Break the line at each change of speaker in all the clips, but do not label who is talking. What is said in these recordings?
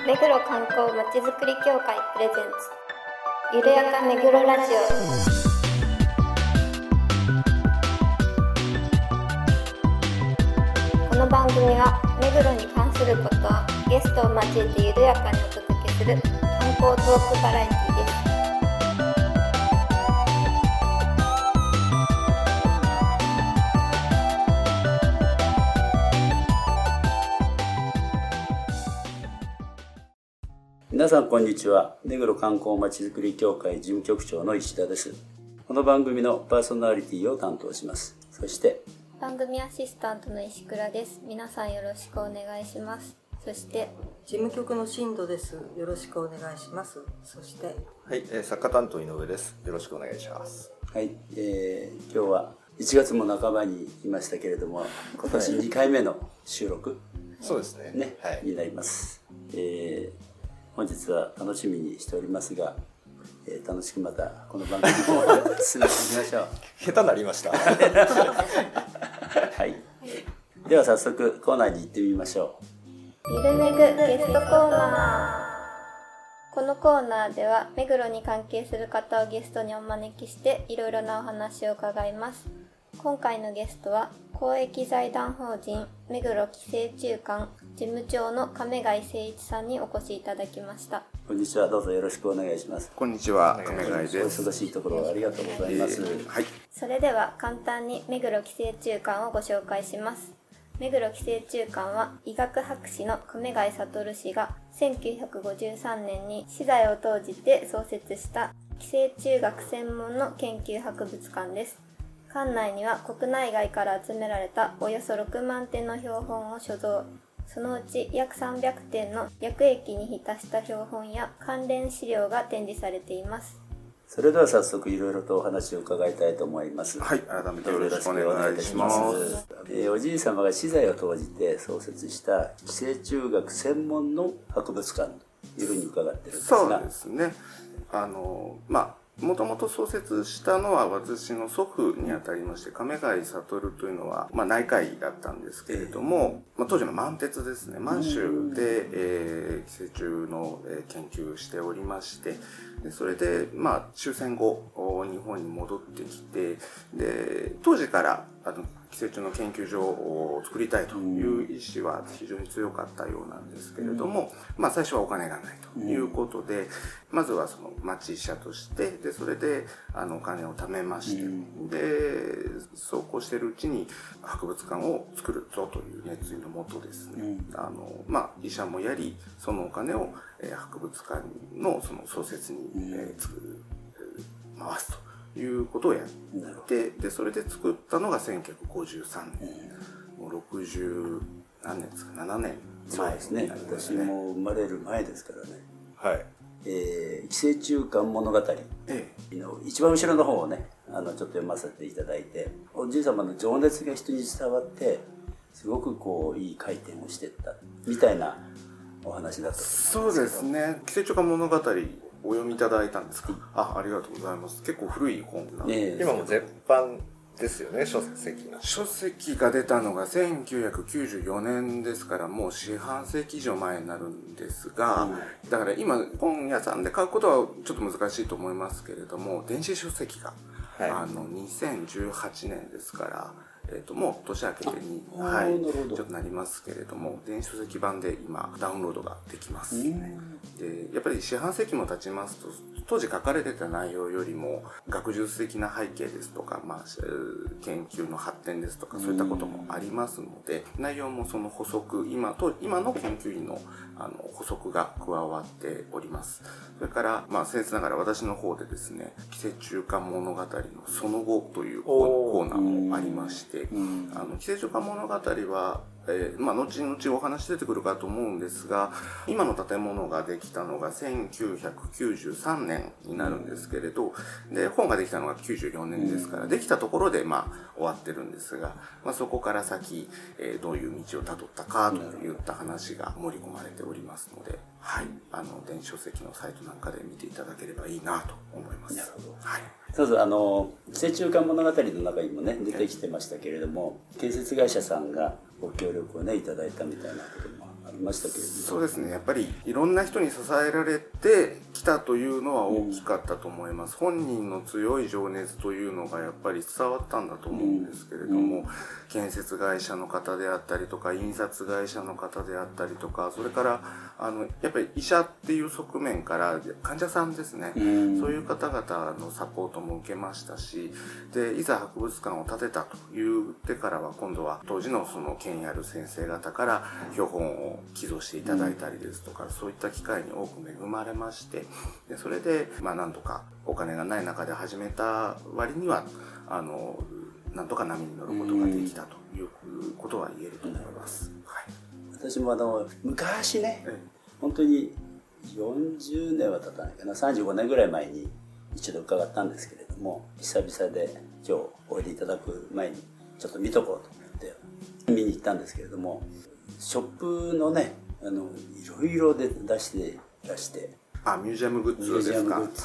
目黒観光まちづくり協会プレゼンツゆるやか目黒ラジオ。この番組は目黒に関することをゲストを交えてゆるやかにお届けする観光トークバラエティです。
皆さんこんにちは。目黒観光まちづくり協会事務局長の石田です。この番組のパーソナリティを担当します。そして
番組アシスタントの石倉です。皆さんよろしくお願いします。そして
事務局の進藤です。よろしくお願いします。そして
はい、作家担当井上です。よろしくお願いします。
はい、今日は1月も半ばにいましたけれども、今年2回目の収録、
そうですね、はい、
になります。本日は楽しみにしておりますが、楽しくまたこの番組を進めていきましょう。
下手になりました。
はい。では早速コーナーに行ってみましょ
う。ゆるめぐゲストコーナー。このコーナーでは目黒に関係する方をゲストにお招きしていろいろなお話を伺います。今回のゲストは公益財団法人目黒寄生虫館事務長の亀貝誠一さんにお越しいただきました。
こんにちは、どうぞよろしくお願いします。
こんにちは、亀貝です。
お忙しいところありがとうございます。
はい。
それでは簡単に目黒寄生虫館をご紹介します。目黒寄生虫館は医学博士の亀貝悟氏が1953年に私財を投じて創設した寄生虫学専門の研究博物館です。館内には国内外から集められたおよそ6万点の標本を所蔵。そのうち約300点の薬液に浸した標本や関連資料が展示されています。
それでは早速いろいろとお話を伺いたいと思います。
はい、改めてよろしくお願いします。
おじい様が私財を投じて創設した寄生虫学専門の博物館というふうに伺ってるんですが。
そうですね。もともと創設したのは私の祖父にあたりまして、亀貝悟というのは、内科医だったんですけれども、当時の満鉄ですね、満州で、寄生虫の研究をしておりまして、でそれで、終戦後、日本に戻ってきて、で、当時から、寄生虫の研究所を作りたいという意思は非常に強かったようなんですけれども、最初はお金がないということで、まずはその町医者として、で、それでお金を貯めまして、で、そうこうしているうちに博物館を作るぞという熱意のもとですね、医者もやり、そのお金を博物館のその創設に回すと。いうことをやって、でそれで作ったのが1953年、もう60何年ですか、7年
前ですね。私も生まれる前ですからね。
はい。
寄生虫館物語の一番後ろの方をね、ちょっと読ませていただいて、おじい様の情熱が人に伝わってすごくこういい回転をしていったみたいなお話だったと思います。
そうですね。寄生虫館物語お読みいただいたんですか。ありがとうございます。結構古い本なんで、
今も絶版ですよね、書籍が。
書籍が出たのが1994年ですから、もう四半世紀以上前になるんですが、だから今本屋さんで買うことはちょっと難しいと思いますけれども、電子書籍が、2018年ですから、もう年明けてに、ちょっとなりますけれども、電子書籍版で今ダウンロードができます。で、やっぱり四半世紀も経ちますと、当時書かれてた内容よりも学術的な背景ですとか、研究の発展ですとか、そういったこともありますので、内容もその補足、今の研究員の補足が加わっております。それから、僭越ながら私の方でですね、寄生虫館物語のその後というコーナーもありまして、寄生虫館物語は、後々お話出てくるかと思うんですが、今の建物ができたのが1993年になるんですけれど、で、本ができたのが94年ですから、できたところで、終わってるんですが、そこから先、どういう道をたどったかといった話が盛り込まれておりますので、はい、電子書籍のサイトなんかで見ていただければいいなと思います。
なるほど。
はい。
そうそう、寄生虫館物語の中にもね、出てきてましたけれども、建設会社さんがご協力をね、いただいたみたいなこともありましたけれども。
そうですね、やっぱりいろんな人に支えられてきたというのは大きかったと思います。本人の強い情熱というのがやっぱり伝わったんだと思うんですけれども、建設会社の方であったりとか印刷会社の方であったりとか、それからやっぱり医者っていう側面から患者さんですね、そういう方々のサポートも受けましたし、でいざ博物館を建てたと言ってからは、今度は当時のその権威ある先生方から標本を寄贈していただいたりですとか、そういった機会に多く恵まれまして、でそれでなんとかお金がない中で始めた割にはなんとか波に乗ることができたということは言えると思います。はい、
私も昔ね、本当に40年は経たないかな、35年ぐらい前に一度伺ったんですけれども、久々で今日おいでいただく前にちょっと見とこうと思って見に行ったんですけれども、ショップのね、いろいろで出していらして、
ミュージアムグッズですか。はい、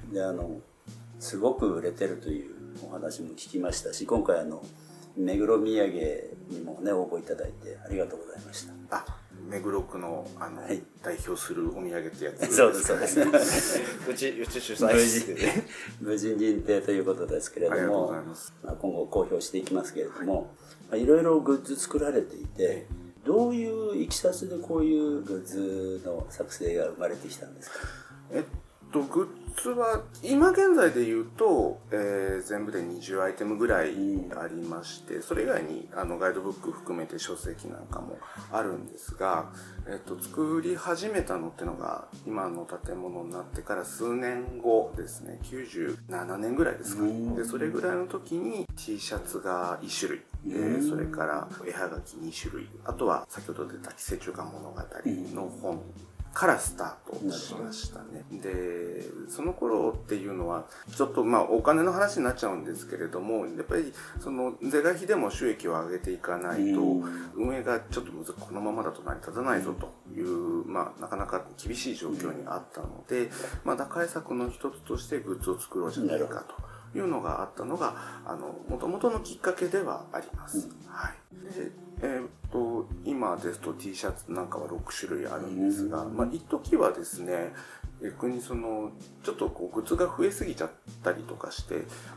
ですごく売れてるというお話も聞きましたし、今回目黒土産にもね応募いただいてありがとうございました。
目黒区のはい、代表するお土産ってやつです
そうですそうです
うち主催してね
無事認定ということですけれども、
ありがとうございます。
今後公表していきますけれども、いろいろグッズ作られていて、どういういきさつでこういうグッズの作成が生まれてきたんですか？
グッズは今現在で言うと、全部で20アイテムぐらいありまして、それ以外にガイドブック含めて書籍なんかもあるんですが、作り始めたのってのが今の建物になってから数年後ですね、97年ぐらいですかね。でそれぐらいの時に T シャツが1種類、それから絵はがき2種類、あとは先ほど出た寄生虫館物語の本からスタートしましたね。でその頃っていうのはちょっとお金の話になっちゃうんですけれども、やっぱりその是が非でも収益を上げていかないと運営がちょっとこのままだと成り立たないぞというなかなか厳しい状況にあったので、打開策の一つとしてグッズを作ろうじゃないかというのがあったのが元々のきっかけではあります。はい。で今ですと T シャツなんかは6種類あるんですが、一時はですね、逆にちょっとグッズが増えすぎちゃったりとかして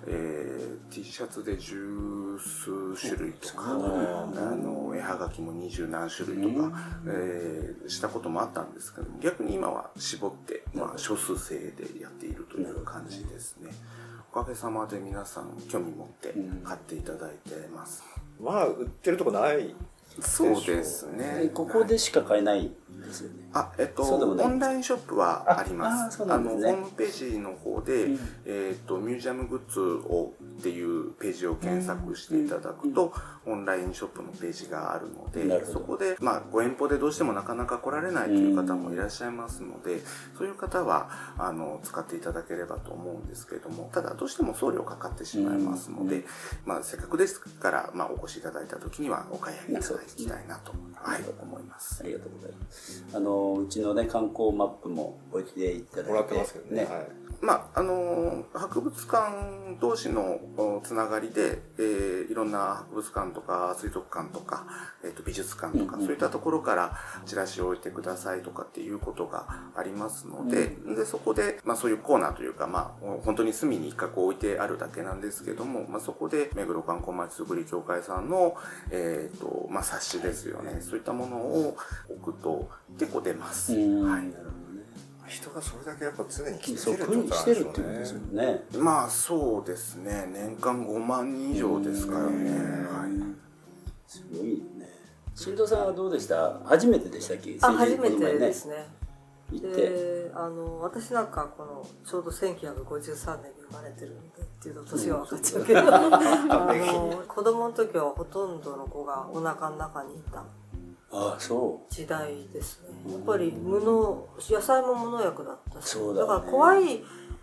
、T シャツで十数種類とか、絵はがきも20何種類とか、したこともあったんですけども、逆に今は絞って、少数制でやっているという感じですね。おかげさまで皆さん興味持って買っていただいてます。
売ってるとこない
そうですね。
ここでしか買えないんですよね。
オンラインショップはあります。
そうなんですね。
ホームページの方で、ミュージアムグッズをっていうページを検索していただくと、オンラインショップのページがあるので、そこで、ご遠方でどうしてもなかなか来られないという方もいらっしゃいますので、そういう方は使っていただければと思うんですけれども、ただどうしても送料かかってしまいますので、せっかくですから、お越しいただいた時にはお買い上げいただきたいなと、思います。
ありがとうございます。うちのね観光マップもおいでいただいて
もらってますけどね。
博物館同士のつながりで、いろんな博物館とか水族館とか、美術館とか、そういったところからチラシを置いてくださいとかっていうことがありますので、でそこで、そういうコーナーというか、本当に隅に一角置いてあるだけなんですけども、そこで目黒観光まちづくり協会さんの、冊子ですよね、そういったものを置くと結構出ます。
人がそれだけやっぱ常に来て
るってことですよね。
そうですね。年間5万人以上ですからね。
すごいよね。新藤さんはどうでした？初めてでしたっけ？
初めてですね。で、私なんかちょうど1953年に生まれてるんでっていうと年は分かっちゃうけど、子供の時はほとんどの子がお腹の中にいた。時代ですね。やっぱり野菜も無農薬だったし、だから怖い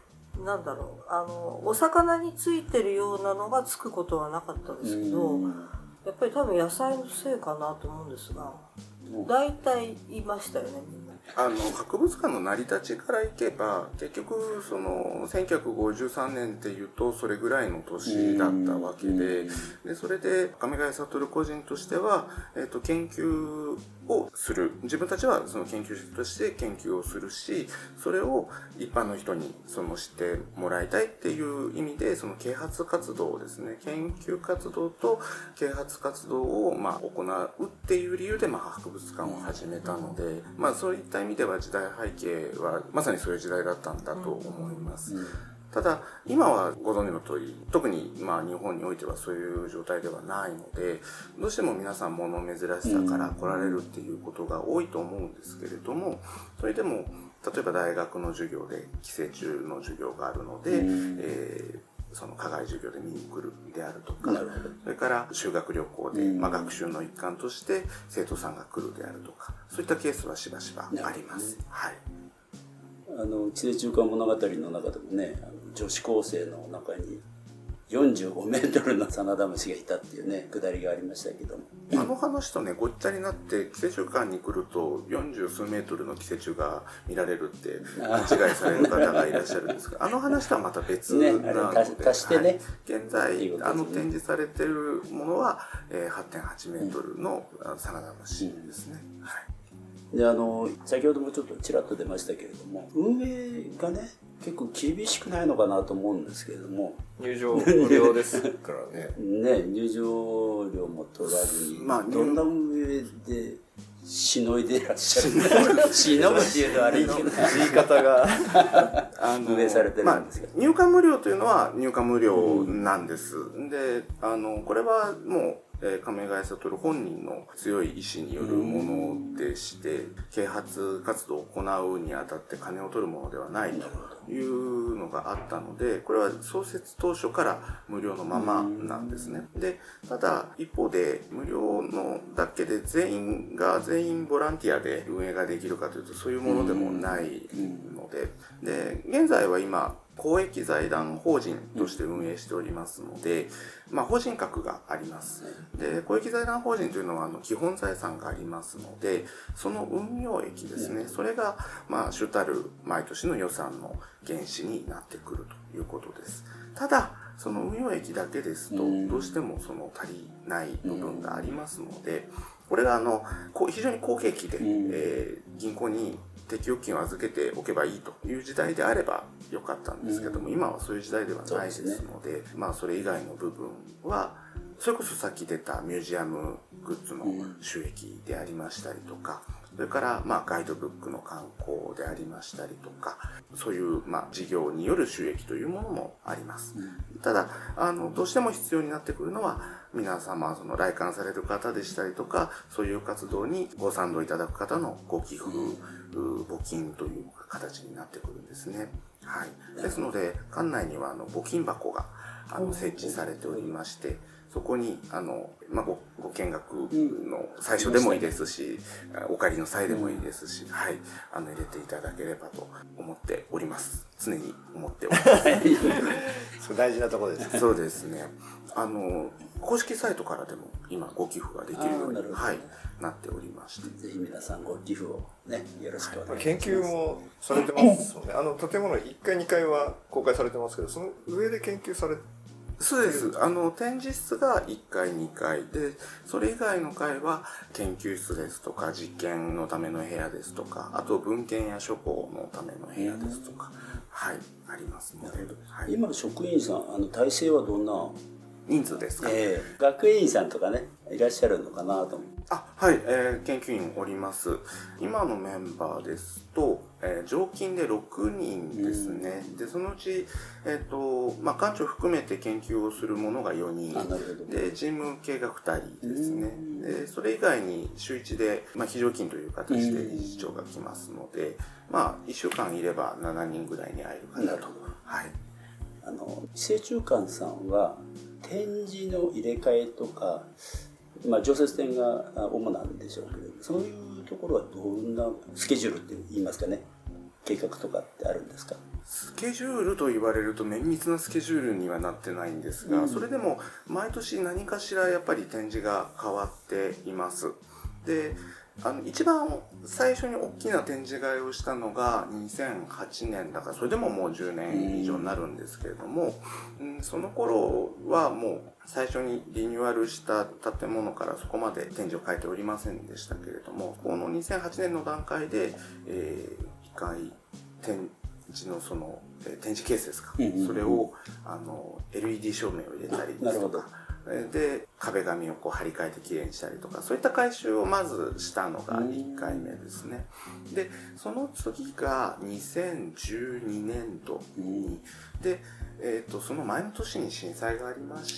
お魚についてるようなのがつくことはなかったですけど、やっぱり多分野菜のせいかなと思うんですが、大体いましたよね、みんな。
博物館の成り立ちからいけば、結局その1953年っていうとそれぐらいの年だったわけで、それで亀ヶ谷悟個人としては、研究をする、自分たちはその研究者として研究をするし、それを一般の人に知ってもらいたいっていう意味で、その啓発活動をですね、研究活動と啓発活動を行うっていう理由で博物館を始めたので、そういった意味では時代背景はまさにそういう時代だったんだと思います。ただ今はご存知の通り、特に日本においてはそういう状態ではないので、どうしても皆さん物珍しさから来られるっていうことが多いと思うんですけれども、それでも例えば大学の授業で寄生虫の授業があるので、その課外授業で見に来るであるとか、それから修学旅行で、学習の一環として生徒さんが来るであるとか、そういったケースはしばしばあります。はい。
寄生虫館物語の中でもね、女子高生の中に45メートルのサナダムシがいたっていうね、くだりがありましたけども、
あの話とねごっちゃになって、寄生虫館に来ると40数メートルの寄生虫が見られるって勘違いされる方がいらっしゃるんですが、あの話とはまた別なので、
足してね、
現在展示されているものは 8.8 メートルのサナダムシですね。
で先ほどもちょっとちらっと出ましたけれども、運営がね結構厳しくないのかなと思うんですけれども、
入場無料ですからね
入場料も取らずに、どんな運営でしのいでいらっしゃるしのぐっていうのはあれの言
い方が
運営されてるんですけど、
入館無料というのは入館無料なんです。でこれはもう亀ヶ谷悟本人の強い意志によるものでして、啓発活動を行うにあたって金を取るものではないというのがあったので、これは創設当初から無料のままなんですね。で、ただ一方で無料のだけで全員ボランティアで運営ができるかというとそういうものでもないので、現在は今公益財団法人として運営しておりますので、法人格があります。で、公益財団法人というのは基本財産がありますので、その運用益ですね、それが主たる毎年の予算の原資になってくるということです。ただその運用益だけですとどうしてもその足りない部分がありますので、これが非常に好景気で、銀行に定期預金を預けておけばいいという時代であればよかったんですけども、今はそういう時代ではないですので、それ以外の部分はそれこそさっき出たミュージアムグッズの収益でありましたりとか、それからガイドブックの刊行でありましたりとか、そういう事業による収益というものもあります。ただどうしても必要になってくるのは、皆様来館される方でしたりとか、そういう活動にご賛同いただく方のご寄付、募金という形になってくるんですね。はい。ですので館内には募金箱が設置されておりまして、そこにご見学の最初でもいいですし、お帰りの際でもいいですし、はい、入れていただければと思っております。常に思っております。
それ大事なところですね。
そうですね。公式サイトからでも今ご寄付ができるように、なっておりまして、
ぜひ皆さんご寄付をね、よろしくお願いします。
研究もされてますもんね。建物1階2階は公開されてますけど、その上で研究されて、
そうです。展示室が1階2階で、それ以外の階は研究室ですとか、実験のための部屋ですとか、あと文献や書庫のための部屋ですとか、はい、ありますので。はい、
今職員さん体制はどんな
人数ですか？
学院さんとかねいらっしゃるのかなと思う。
はい、研究員おります。今のメンバーですと、常勤で6人ですね。でそのうち館長含めて研究をするものが4人で、事務系が2人ですね。でそれ以外に週1で、非常勤という形で理事長が来ますので、1週間いれば7人ぐらいに会えるかなと。はい。
寄生虫館さんは展示の入れ替えとか、常設展が主なんでしょうけど、そういうところはどんなスケジュールって言いますかね、計画とかってあるんですか？
スケジュールと言われると綿密なスケジュールにはなってないんですが、それでも毎年何かしらやっぱり展示が変わっています。で一番最初に大きな展示会をしたのが2008年だから、それでももう10年以上になるんですけれども、その頃はもう最初にリニューアルした建物からそこまで展示を変えておりませんでしたけれども、この2008年の段階で、一回展示の展示ケースですか、それをLED 照明を入れたりですとか、で壁紙をこう張り替えてきれいにしたりとか、そういった改修をまずしたのが1回目ですね。でその次が2012年度にで、その前の年に震災がありまして、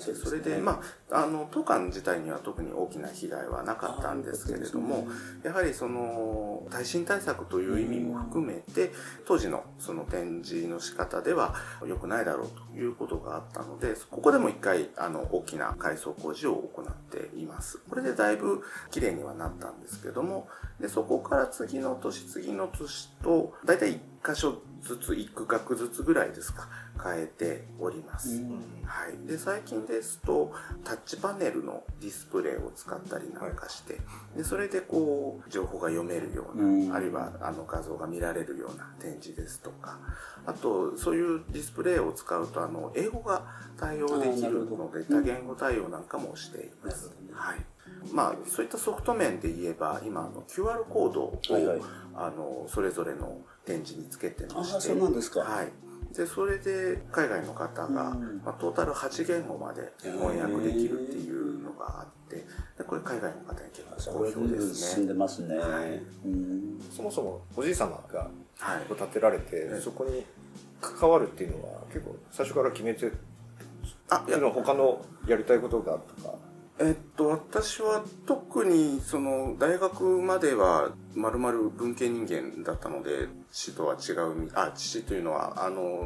それで当館自体には特に大きな被害はなかったんですけれども、やはりその耐震対策という意味も含めて、当時のその展示の仕方では良くないだろうということがあったので、ここでも一回大きな改装工事を行っています。これでだいぶ綺麗にはなったんですけども、でそこから次の年とだいたい1箇所ずつ1区画ずつぐらいですか変えております、はい。で最近ですとタッチパネルのディスプレイを使ったりなんかして、でそれでこう情報が読めるような、あるいは画像が見られるような展示ですとか、あとそういうディスプレイを使うと英語が対応できるので多言語対応なんかもしています、はい。そういったソフト面で言えば今QR コードを、それぞれの展示につけてまして、
そうなんですか。
はい。でそれで海外の方が、トータル8言語まで翻訳できるっていうのがあって、でこれ海外の方に結構好評ですね。
進んでますね、はい。
そもそもおじい様が建てられて、そこに関わるっていうのは結構最初から決めて、他のやりたいことがとか。
私は特に大学まではまるまる文系人間だったので、父とは違う、父というのは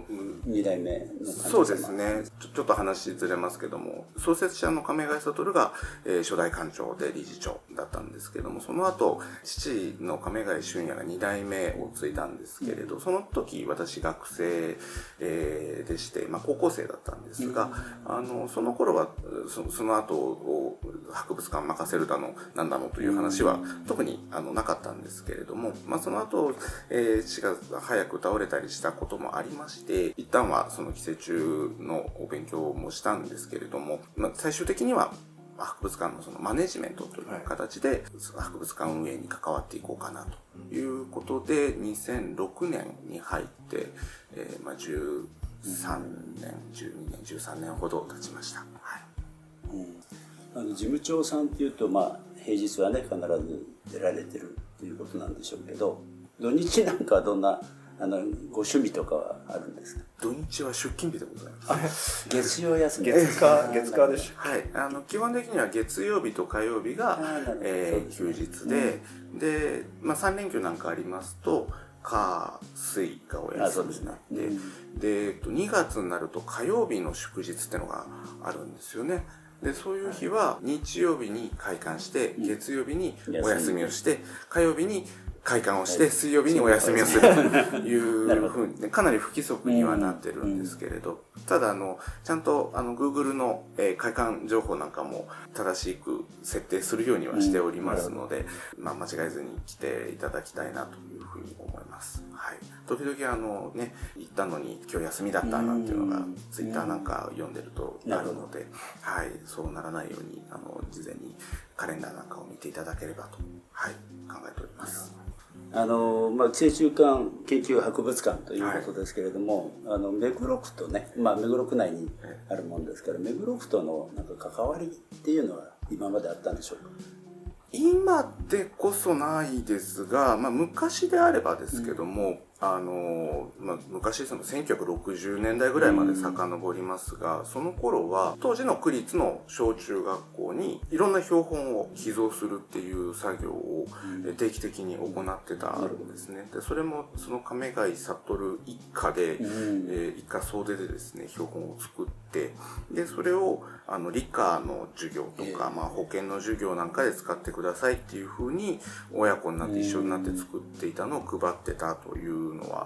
2代目の
そうですね。ちょっと話ずれますけども、創設者の亀貝悟が、初代館長で理事長だったんですけども、その後父の亀貝俊也が2代目を継いだんですけれど、その時私学生、でして、高校生だったんですが、その頃はその後を博物館任せるだのなんだのという話は特になかったんですけれども、その後、父が早く倒れたりしたこともありまして、一旦はその寄生虫のお勉強もしたんですけれども、最終的には博物館のそのマネジメントという形で博物館運営に関わっていこうかなということで、2006年に入って、13年12年13年ほど経ちました、はい。
事務長さんっていうと、平日はね必ず出られてるということなんでしょうけど、土日なんかはどんなご趣味とかはあるんですか？
土日は出勤日でございます。
月曜休み。
月火でしょ。
はい。基本的には月曜日と火曜日が、休日で、で、3連休なんかありますと火水がお休みになって、で2月になると火曜日の祝日ってのがあるんですよね。でそういう日は日曜日に開館して月曜日にお休みをして火曜日に開館をして水曜日にお休みをするというふうに、かなり不規則にはなってるんですけれど、ただちゃんとGoogle の開館情報なんかも正しく設定するようにはしておりますので、間違えずに来ていただきたいなというふうに思います。はい。時々行ったのに今日休みだったなんていうのがツイッターなんか読んでるとあるので、はい、そうならないように事前にカレンダーなんかを見ていただければと、はい、考えております。
寄生虫館研究博物館ということですけれども、目黒区とね、目黒区内にあるもんですから、目黒区との関わりっていうのは今まであったんでしょうか？
今でこそないですが、昔であればですけども、昔その1960年代ぐらいまで遡りますが、その頃は当時の区立の小中学校にいろんな標本を寄贈するっていう作業を定期的に行ってたんですね。でそれもその亀貝悟一家で、一家総出でですね標本を作って、でそれを理科の授業とか、保健の授業なんかで使ってくださいっていうふうに親子になって一緒になって作っていたのを配ってたというのは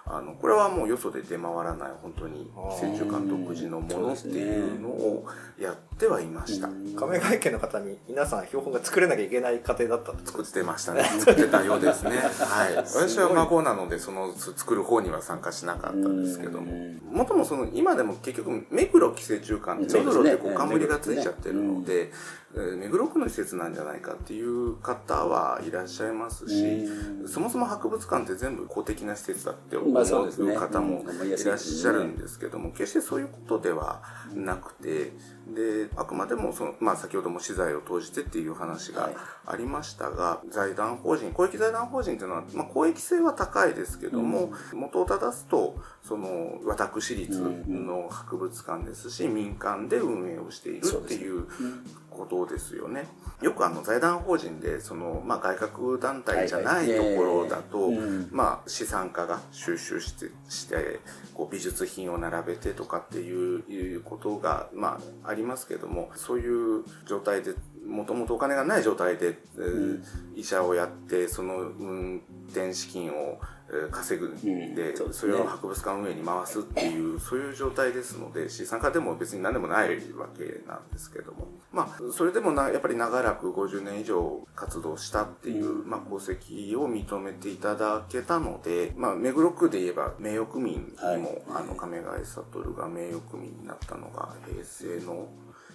これはもうよそで出回らない本当に寄生虫館独自のものっていうのをやってはいました。
亀ヶ池の方に皆さん標本が作れなきゃいけない過程だったんですか？
作ってましたね。作ってたようですね。はい。私は孫なのでその作る方には参加しなかったんですけども、もとも今でも結局目黒寄生虫館、目黒って冠がついちゃってるので、目黒区の施設なんじゃないかっていう方はいらっしゃいますし、そもそも博物館って全部公的な施設だって思う方もいらっしゃるんですけども、決してそういうことではなくて、であくまでも先ほども資材を投じてっていう話がありましたが、財団法人、公益財団法人っていうのは、公益性は高いですけども、元を正すと私立の博物館ですし、民間で運営をしているっていうことですよね。よく財団法人で外郭団体じゃないところだと、資産家が収集して美術品を並べてとかっていうことがありますけども、そういう状態でもともとお金がない状態で、医者をやってその運転資金を稼ぐんで、それを博物館運営に回すっていうそういう状態ですので、資産家でも別に何でもないわけなんですけども、それでもやっぱり長らく50年以上活動したっていう、功績を認めていただけたので、目黒区で言えば名誉区民にも、亀ヶ井悟が名誉区民になったのが平成の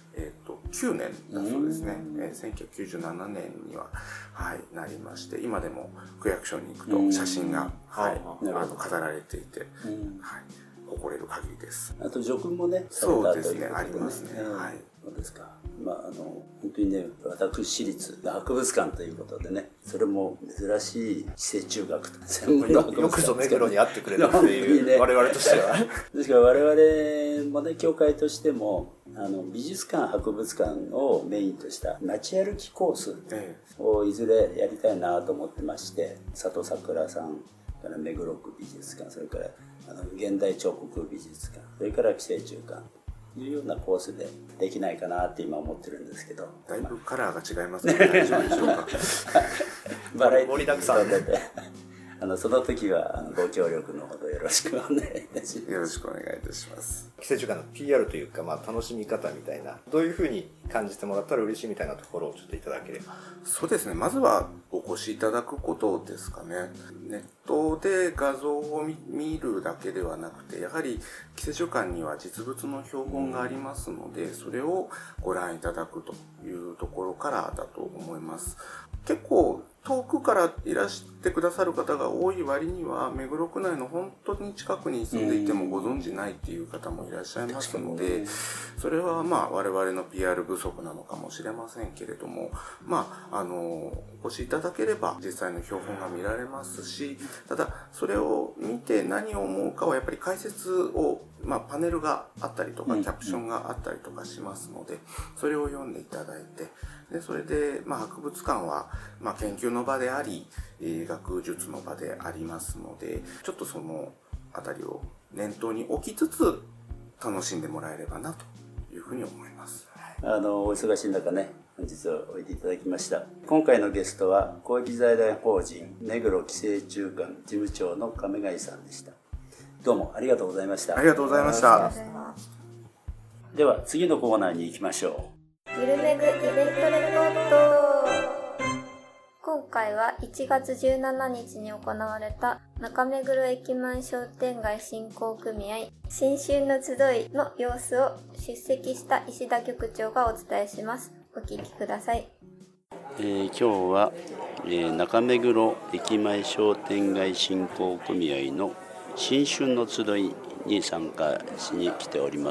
9年だそうですね。1997年には、なりまして、今でも区役所に行くと写真が、飾られていて、誇れる限りです。
あと叙勲もね、
そうですね、ありますね。
そうですか。本当にね、私立博物館ということでね、それも珍しい寄生虫学と専門の博物館
よくぞ目黒にあってくれたっていう、我々としては。
ですから我々もね、協会としても美術館博物館をメインとした街歩きコースをいずれやりたいなと思ってまして、佐藤さくらさんから目黒区美術館、それから現代彫刻美術館、それから寄生虫館というようなコースでできないかなって今思ってるんですけど、
だいぶカラーが違いますね。大丈夫でしょうか。
バラエティー
盛りだくさんで
その時はご協力のほどよろしくお願いいたします。
よろしくお願いいたします。
寄生虫館の PR というか、楽しみ方みたいな、どういうふうに感じてもらったら嬉しいみたいなところをちょっといただければ。
そうですね、まずはお越しいただくことですかね。ネットで画像を見るだけではなくて、やはり寄生虫館には実物の標本がありますので、それをご覧いただくというところからだと思います。結構遠くからいらしてくださる方が多い割には、目黒区内の本当に近くに住んでいてもご存じないっていう方もいらっしゃいますので、それは我々の PR 不足なのかもしれませんけれども、お越しいただければ実際の標本が見られますし、ただそれを見て何を思うかはやっぱり解説を、パネルがあったりとかキャプションがあったりとかしますので、それを読んでいただいて、でそれで、博物館は、研究の場であり、学術の場でありますので、ちょっとそのあたりを念頭に置きつつ楽しんでもらえればなというふうに思います。
お忙しい中ね、本日はおいでいただきました。今回のゲストは公益財団法人目黒寄生虫館事務長の亀ヶ井さんでした。どうもありがとうございました。
ありがとうございました。
では次のコーナーに行きましょ
う。ゆるめぐイベントレポート。今回は1月17日に行われた中目黒駅前商店街振興組合新春の集いの様子を出席した石田局長がお伝えします。お聞きください。
今日は、中目黒駅前商店街振興組合の新春の集いに参加しに来ております。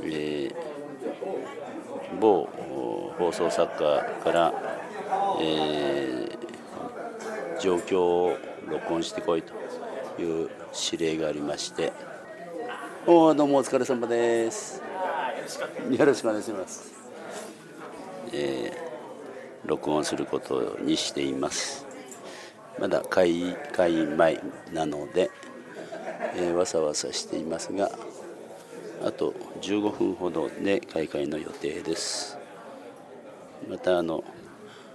某放送作家から、状況を録音してこいという指令がありまして、どうもお疲れ様です。よろしくお願いします。録音することにしています。まだ開会前なので、わさわさしていますが、あと15分ほどで開会の予定です。また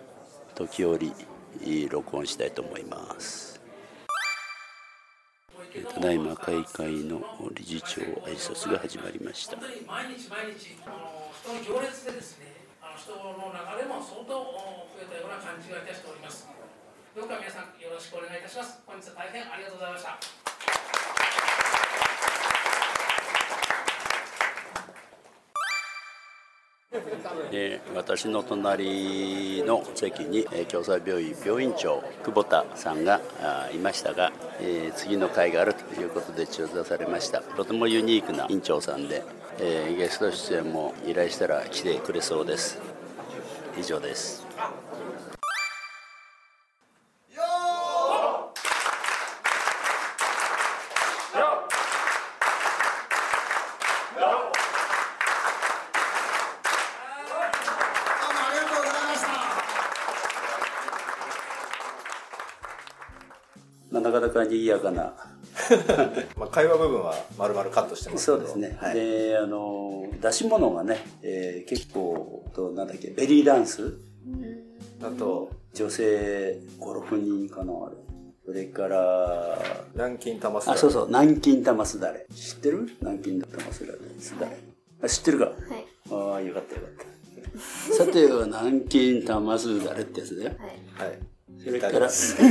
時折録音したいと思います。 ただいま開会の理事長挨拶が始まりました。
本当に毎日人の行列でですね、人の流れも相当増えたような感じがいたしております。どうか皆さんよろしくお願いいたします。本日は大変ありがとうございました。
私の隣の席に共済病院病院長久保田さんがいましたが、次の会があるということで中座されました。とてもユニークな院長さんで、ゲスト出演も依頼したら来てくれそうです。以上です。なかなか賑やかな
まあ会話部分は丸々カットしてますけど。
そうですね、はい、で出し物がね、結構なんだっけ、ベリーダンス、あと女性 5,6 人かな、あれ。それから
南京玉すだれ。
そうそう、南京玉すだれ知ってる？南京玉すだれ知ってるか？はい。ああ、よかったよかったさては南京玉すだれってやつだよ。はい、はい。それから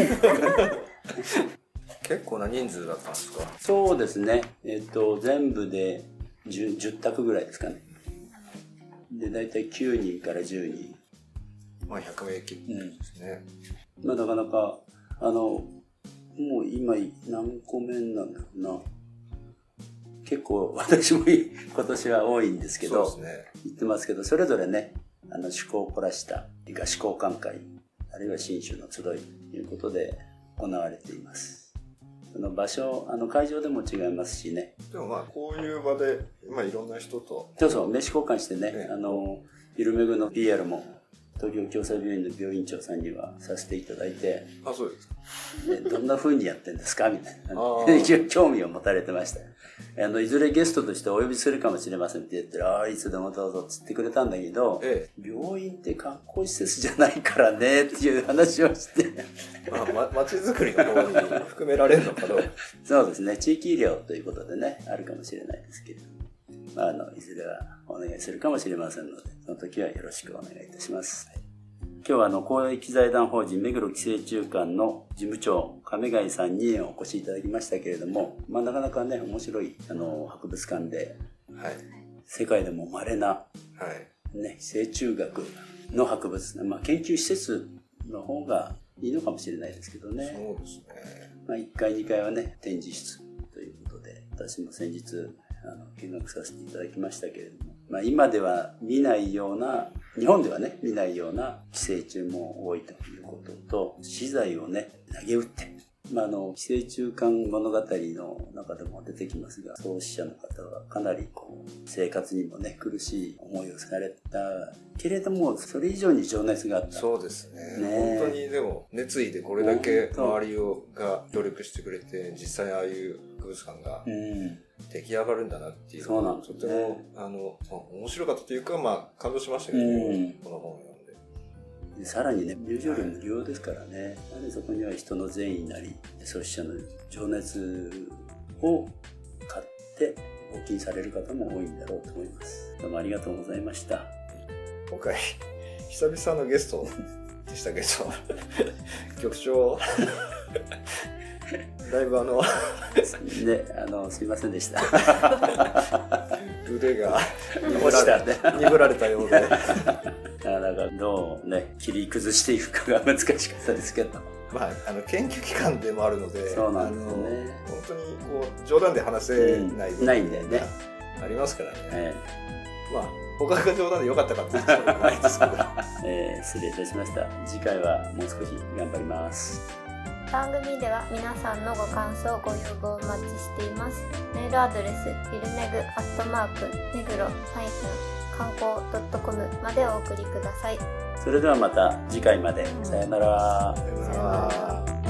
結構な人数だったんですか？
そうですね、全部で 10択ぐらいですかね。で大体9人から10人、
まあ100名規模ですね。
まあなかなかもう今何個目なんだろうな。結構私も今年は多いんですけど、そうですね、言ってますけど、それぞれね、趣向を凝らした合唱寛会、あるいは新種の集いということで行われています。その場所、会場でも違いますしね。
でもまあこういう場で、まあ、いろんな人と
そうそう、名刺交換してね、ゆるめぐの PR も東京共済病院の病院長さんにはさせていただいて、
あ、そうですか。
どんな風にやってんですかみたいな興味を持たれてました。いずれゲストとしてお呼びするかもしれませんって言ってら、いつでもどうぞって言ってくれたんだけど、病院って観光施設じゃないからねっていう話をして
街づくりの方に含められるのかどう
そうですね、地域医療ということでね、あるかもしれないですけれども、いずれはお願いするかもしれませんので、その時はよろしくお願いいたします。今日は公益財団法人目黒寄生虫館の事務長亀貝さんにお越しいただきましたけれども、なかなかね、面白い博物館で、はい、世界でも稀な、はいね、寄生虫学の博物館、研究施設の方がいいのかもしれないですけどね。
そうですね。
1階2階はね、展示室ということで、私も先日見学させていただきましたけれども、今では見ないような、日本ではね見ないような寄生虫も多いということと、資材をね投げ打って、寄生虫館物語の中でも出てきますが、創始者の方はかなり生活にもね苦しい思いをされたけれども、それ以上に情熱があった。
そうですね。本当にでも熱意でこれだけ周りが協力してくれて、実際ああいう博物館が出来上がるんだなっていうのが、とても面白かったというか、感動しましたけど、この本を読んで。
さらにね、入場料無料ですからね。やはりそこには人の善意なり創始者の情熱を買って募金される方も多いんだろうと思います。どうもありがとうございました。
今回久々のゲストでしたけど局長だいぶ
すいませんでした
腕が鈍られたようで
なんかどうね切り崩していくかが難しかったですけど、
研究機関でもあるので、
そうなんですね、
本当に冗談で話せない部分
ないんだよね、
ありますからね、他が冗談で良かったかって言っちゃないですけど
失礼いたしました。次回はもう少し頑張ります。
番組では皆さんのご感想ご要望をお待ちしています。メールアドレスビルメグ@目黒観光 .com までお送りください。
それではまた次回まで。さよなら。
さよなら。